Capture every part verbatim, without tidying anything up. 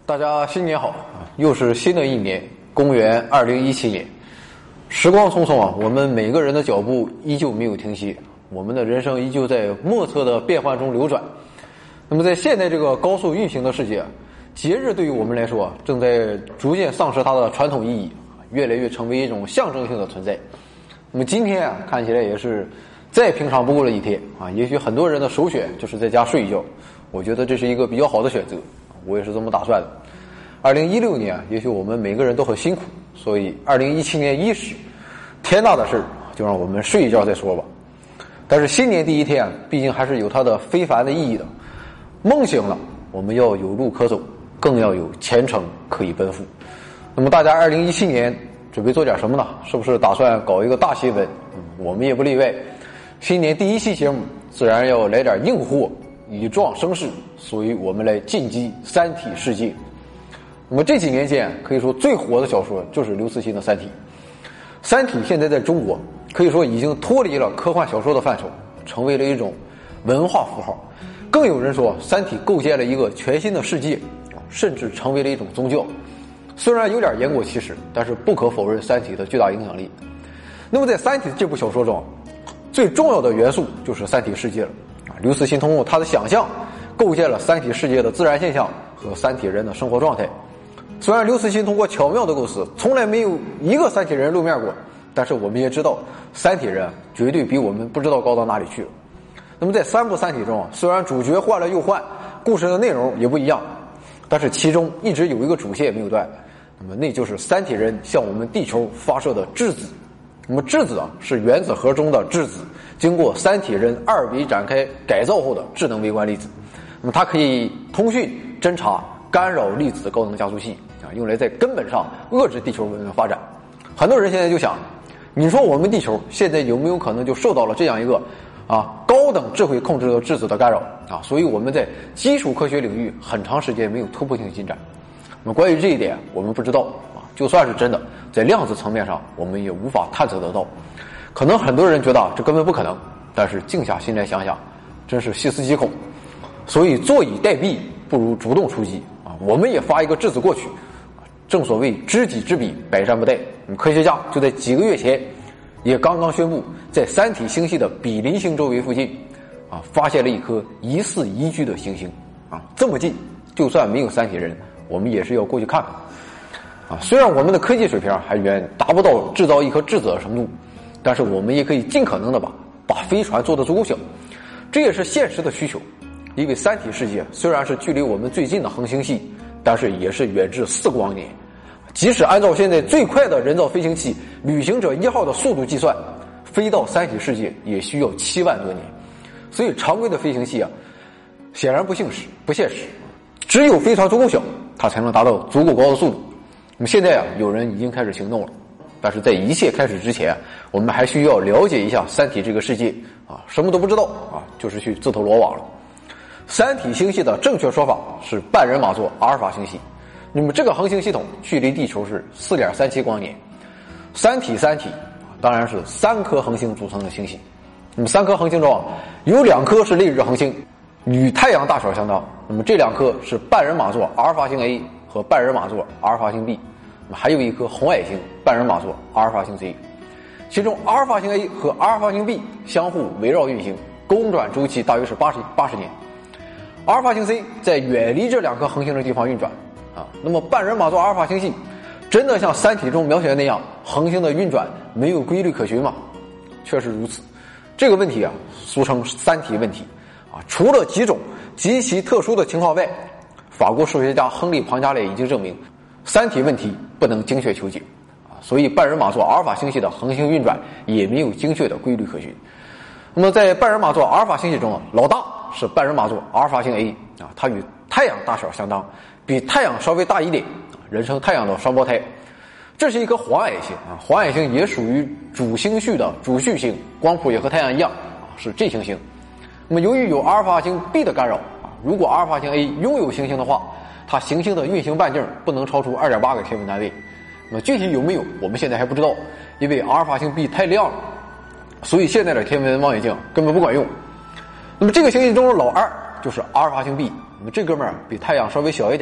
大家新年好，又是新的一年，公元二零一七年。时光匆匆啊，我们每个人的脚步依旧没有停息，我们的人生依旧在莫测的变幻中流转。那么在现在这个高速运行的世界，节日对于我们来说正在逐渐丧失它的传统意义，越来越成为一种象征性的存在。那么今天啊，看起来也是再平常不过的一天啊，也许很多人的首选就是在家睡一觉，我觉得这是一个比较好的选择，我也是这么打算的。二零一六年啊，也许我们每个人都很辛苦，所以二零一七年伊始，天大的事就让我们睡一觉再说吧。但是新年第一天啊，毕竟还是有它的非凡的意义的。梦醒了，我们要有路可走，更要有前程可以奔赴。那么大家二零一七年准备做点什么呢？是不是打算搞一个大新闻？嗯，我们也不例外。新年第一期节目自然要来点硬货，以壮声势，所以我们来进击三体世界。那么这几年间可以说最火的小说就是刘慈欣的《三体》。《三体》现在在中国可以说已经脱离了科幻小说的范畴，成为了一种文化符号。更有人说，《三体》构建了一个全新的世界，甚至成为了一种宗教。虽然有点言过其实，但是不可否认《三体》的巨大影响力。那么在《三体》这部小说中，最重要的元素就是三体世界了。刘慈欣通过他的想象，构建了三体世界的自然现象和三体人的生活状态。虽然刘慈欣通过巧妙的构思，从来没有一个三体人露面过，但是我们也知道，三体人绝对比我们不知道高到哪里去了。那么在三部《三体》中，虽然主角换了又换，故事的内容也不一样，但是其中一直有一个主线没有断，那么那就是三体人向我们地球发射的质子。那么质子啊，是原子核中的质子，经过三体人二维展开改造后的智能微观粒子。那么它可以通讯、侦察、干扰粒子的高能加速器啊，用来在根本上遏制地球文明发展。很多人现在就想，你说我们地球现在有没有可能就受到了这样一个啊高等智慧控制的质子的干扰啊？所以我们在基础科学领域很长时间没有突破性进展。那么关于这一点，我们不知道啊。就算是真的，在量子层面上，我们也无法探测得到。可能很多人觉得这根本不可能，但是静下心来想想，真是细思极恐。所以坐以待毙，不如主动出击啊！我们也发一个质子过去。正所谓知己知彼，百战不殆。科学家就在几个月前，也刚刚宣布，在三体星系的比邻星周围附近，啊，发现了一颗疑似宜居的行星。啊，这么近，就算没有三体人，我们也是要过去看看。啊，虽然我们的科技水平还远达不到制造一颗质子的程度，但是我们也可以尽可能的把把飞船做得足够小，这也是现实的需求。因为三体世界虽然是距离我们最近的恒星系，但是也是远至四光年。即使按照现在最快的人造飞行器旅行者一号的速度计算，飞到三体世界也需要七万多年。所以常规的飞行器啊，显然不现实，不现实。只有飞船足够小，它才能达到足够高的速度。那么现在啊，有人已经开始行动了，但是在一切开始之前，我们还需要了解一下三体这个世界啊，什么都不知道啊，就是去自投罗网了。三体星系的正确说法是半人马座阿尔法星系，那么这个恒星系统距离地球是 四点三七光年。三体三体当然是三颗恒星组成的星系，那么三颗恒星中有两颗是烈日恒星，与太阳大小相当，那么这两颗是半人马座阿尔法星 A 和半人马座阿尔法星 B， 还有一颗红矮星半人马座阿尔法星 C， 其中阿尔法星 A 和阿尔法星 B 相互围绕运行，公转周期大约是八十八十年。阿尔法星 C 在远离这两颗恒星的地方运转啊，那么半人马座阿尔法星系真的像三体中描写的那样，恒星的运转没有规律可循吗？确实如此。这个问题啊，俗称三体问题啊，除了几种极其特殊的情况外，法国数学家亨利·庞加列已经证明，三体问题不能精确求解啊，所以半人马座阿尔法星系的恒星运转也没有精确的规律可循。那么在半人马座阿尔法星系中啊，老大是半人马座阿尔法星 A 啊，它与太阳大小相当，比太阳稍微大一点，人称太阳的双胞胎。这是一颗黄矮星啊，黄矮星也属于主星序的主序星，光谱也和太阳一样啊，是 G 行星。那么由于有阿尔法星 B 的干扰啊，如果阿尔法星 A 拥有行星的话，它行星的运行半径不能超出 二点八个天文单位。那么具体有没有，我们现在还不知道，因为阿尔法星 B 太亮了，所以现在的天文望远镜根本不管用。那么这个行星中的老二就是阿尔法星 B， 那么这哥们儿比太阳稍微小一点，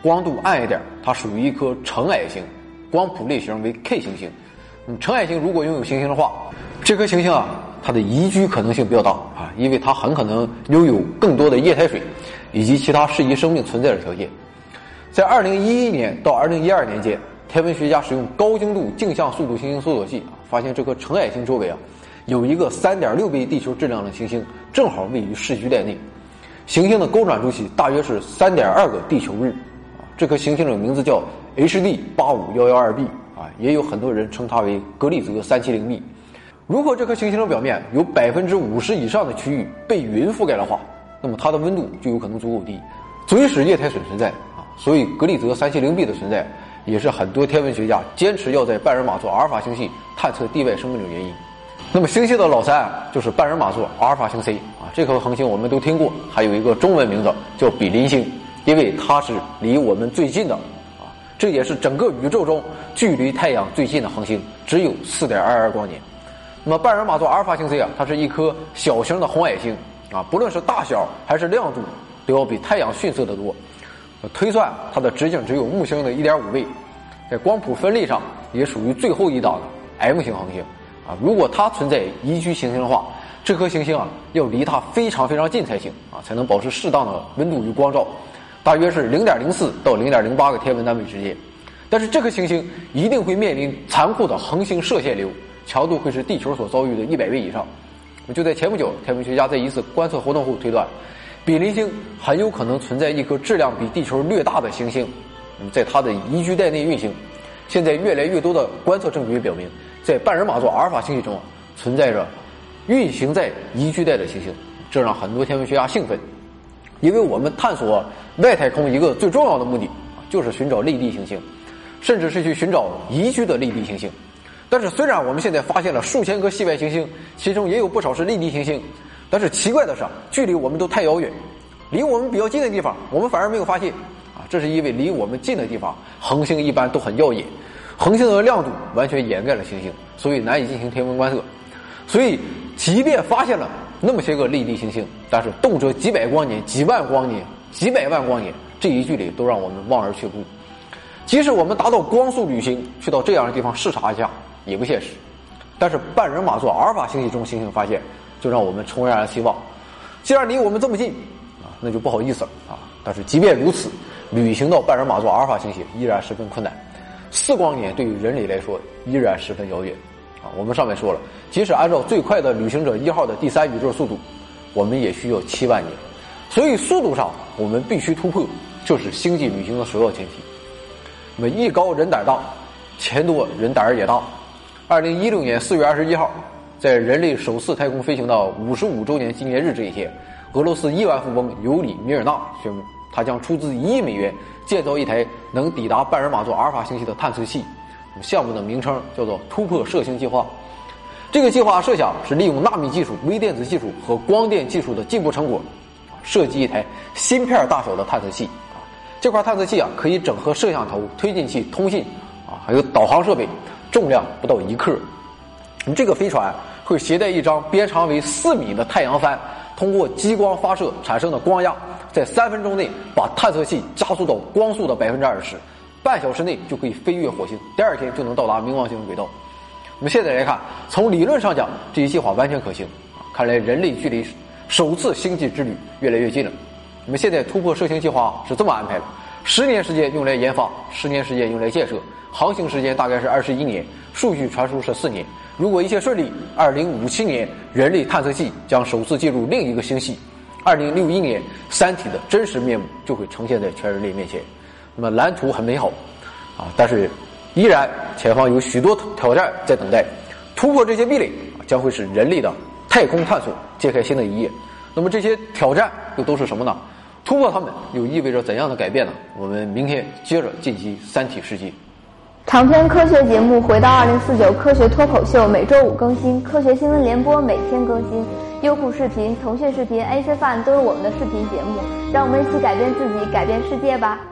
光度暗一点，它属于一颗尘矮星，光谱类型为 K 行星。嗯，尘矮星如果拥有行星的话，这颗行星啊，它的宜居可能性比较大啊，因为它很可能拥有更多的液态水以及其他适宜生命存在的条件。在二零一一年到二零一二年间，天文学家使用高精度镜像速度行星搜索器，发现这颗尘矮星周围啊有一个 三点六 倍地球质量的行星，正好位于视距带内。行星的公转周期大约是 三点二 个地球日啊，这颗行星的名字叫 H D 八五一一二 b 啊，也有很多人称它为格里泽三七零 b。如果这颗行星的表面有 百分之五十 以上的区域被云覆盖的话，那么它的温度就有可能足够低，足以使液态水存在啊。所以格里泽三七零 b 的存在也是很多天文学家坚持要在半人马座阿尔法星系探测地外生命的原因。那么星系的老三就是半人马座阿尔法星 C 啊，这颗恒星我们都听过，还有一个中文名字叫比邻星，因为它是离我们最近的啊，这也是整个宇宙中距离太阳最近的恒星，只有 四点二二 光年。那么半人马座阿尔法星 C 啊，它是一颗小型的红矮星啊，不论是大小还是亮度都要比太阳逊色得多。推算它的直径只有木星的 一点五 倍，在光谱分类上也属于最后一档的 M 型恒星啊。如果它存在宜居行星的话，这颗行星啊要离它非常非常近才行啊，才能保持适当的温度与光照，大约是 零点零四 到 零点零八 个天文单位之间。但是这颗行星一定会面临残酷的恒星射线流，强度会是地球所遭遇的一百倍以上。就在前不久，天文学家在一次观测活动后推断，比邻星很有可能存在一颗质量比地球略大的行星，在它的宜居带内运行。现在越来越多的观测证据表明，在半人马座阿尔法星系中存在着运行在宜居带的行星，这让很多天文学家兴奋，因为我们探索外太空一个最重要的目的就是寻找类地行星，甚至是去寻找宜居的类地行星。但是虽然我们现在发现了数千颗系外行星，其中也有不少是类地行星，但是奇怪的是，距离我们都太遥远，离我们比较近的地方我们反而没有发现啊，这是因为离我们近的地方恒星一般都很耀眼，恒星的亮度完全掩盖了行星，所以难以进行天文观测。所以即便发现了那么些个类地行星，但是动辄几百光年、几万光年、几百万光年，这一距离都让我们望而却步。即使我们达到光速旅行去到这样的地方视察一下也不现实，但是半人马座阿尔法星系中行星发现就让我们重燃了希望。既然离我们这么近啊，那就不好意思了啊。但是即便如此，旅行到半人马座阿尔法星系依然十分困难，四光年对于人类来说依然十分遥远啊。我们上面说了，即使按照最快的旅行者一号的第三宇宙速度，我们也需要七万年，所以速度上我们必须突破，这是星际旅行的首要前提。那么艺高人胆大，钱多人胆儿也大。二零一六年四月二十一号，在人类首次太空飞行的五十五周年纪念日这一天，俄罗斯亿万富翁尤里米尔纳宣布，他将出资一亿美元建造一台能抵达半人马座阿尔法星系的探测器。项目的名称叫做突破射星计划。这个计划设想是利用纳米技术、微电子技术和光电技术的进步成果，设计一台芯片大小的探测器。这块探测器啊，可以整合摄像头、推进器、通信啊，还有导航设备，重量不到一克。这个飞船会携带一张边长为四米的太阳帆，通过激光发射产生的光压，在三分钟内把探测器加速到光速的百分之二十，半小时内就可以飞越火星，第二天就能到达冥王星的轨道。那么现在来看，从理论上讲，这一计划完全可行啊！看来人类距离首次星际之旅越来越近了。那么现在突破射星计划是这么安排的：十年时间用来研发，十年时间用来建设，航行时间大概是二十一年，数据传输是四年。如果一切顺利，二零五七年人类探测器将首次进入另一个星系，二零六一年三体的真实面目就会呈现在全人类面前。那么蓝图很美好啊，但是依然前方有许多挑战在等待。突破这些壁垒将会使人类的太空探索揭开新的一页。那么这些挑战又都是什么呢？突破它们又意味着怎样的改变呢？我们明天接着晋级三体世界。 长篇科学节目回到二零四九科学脱口秀每周五更新，科学新闻联播每天更新，优酷视频、腾讯视频、A C Fun 都是我们的视频节目，让我们一起改变自己，改变世界吧。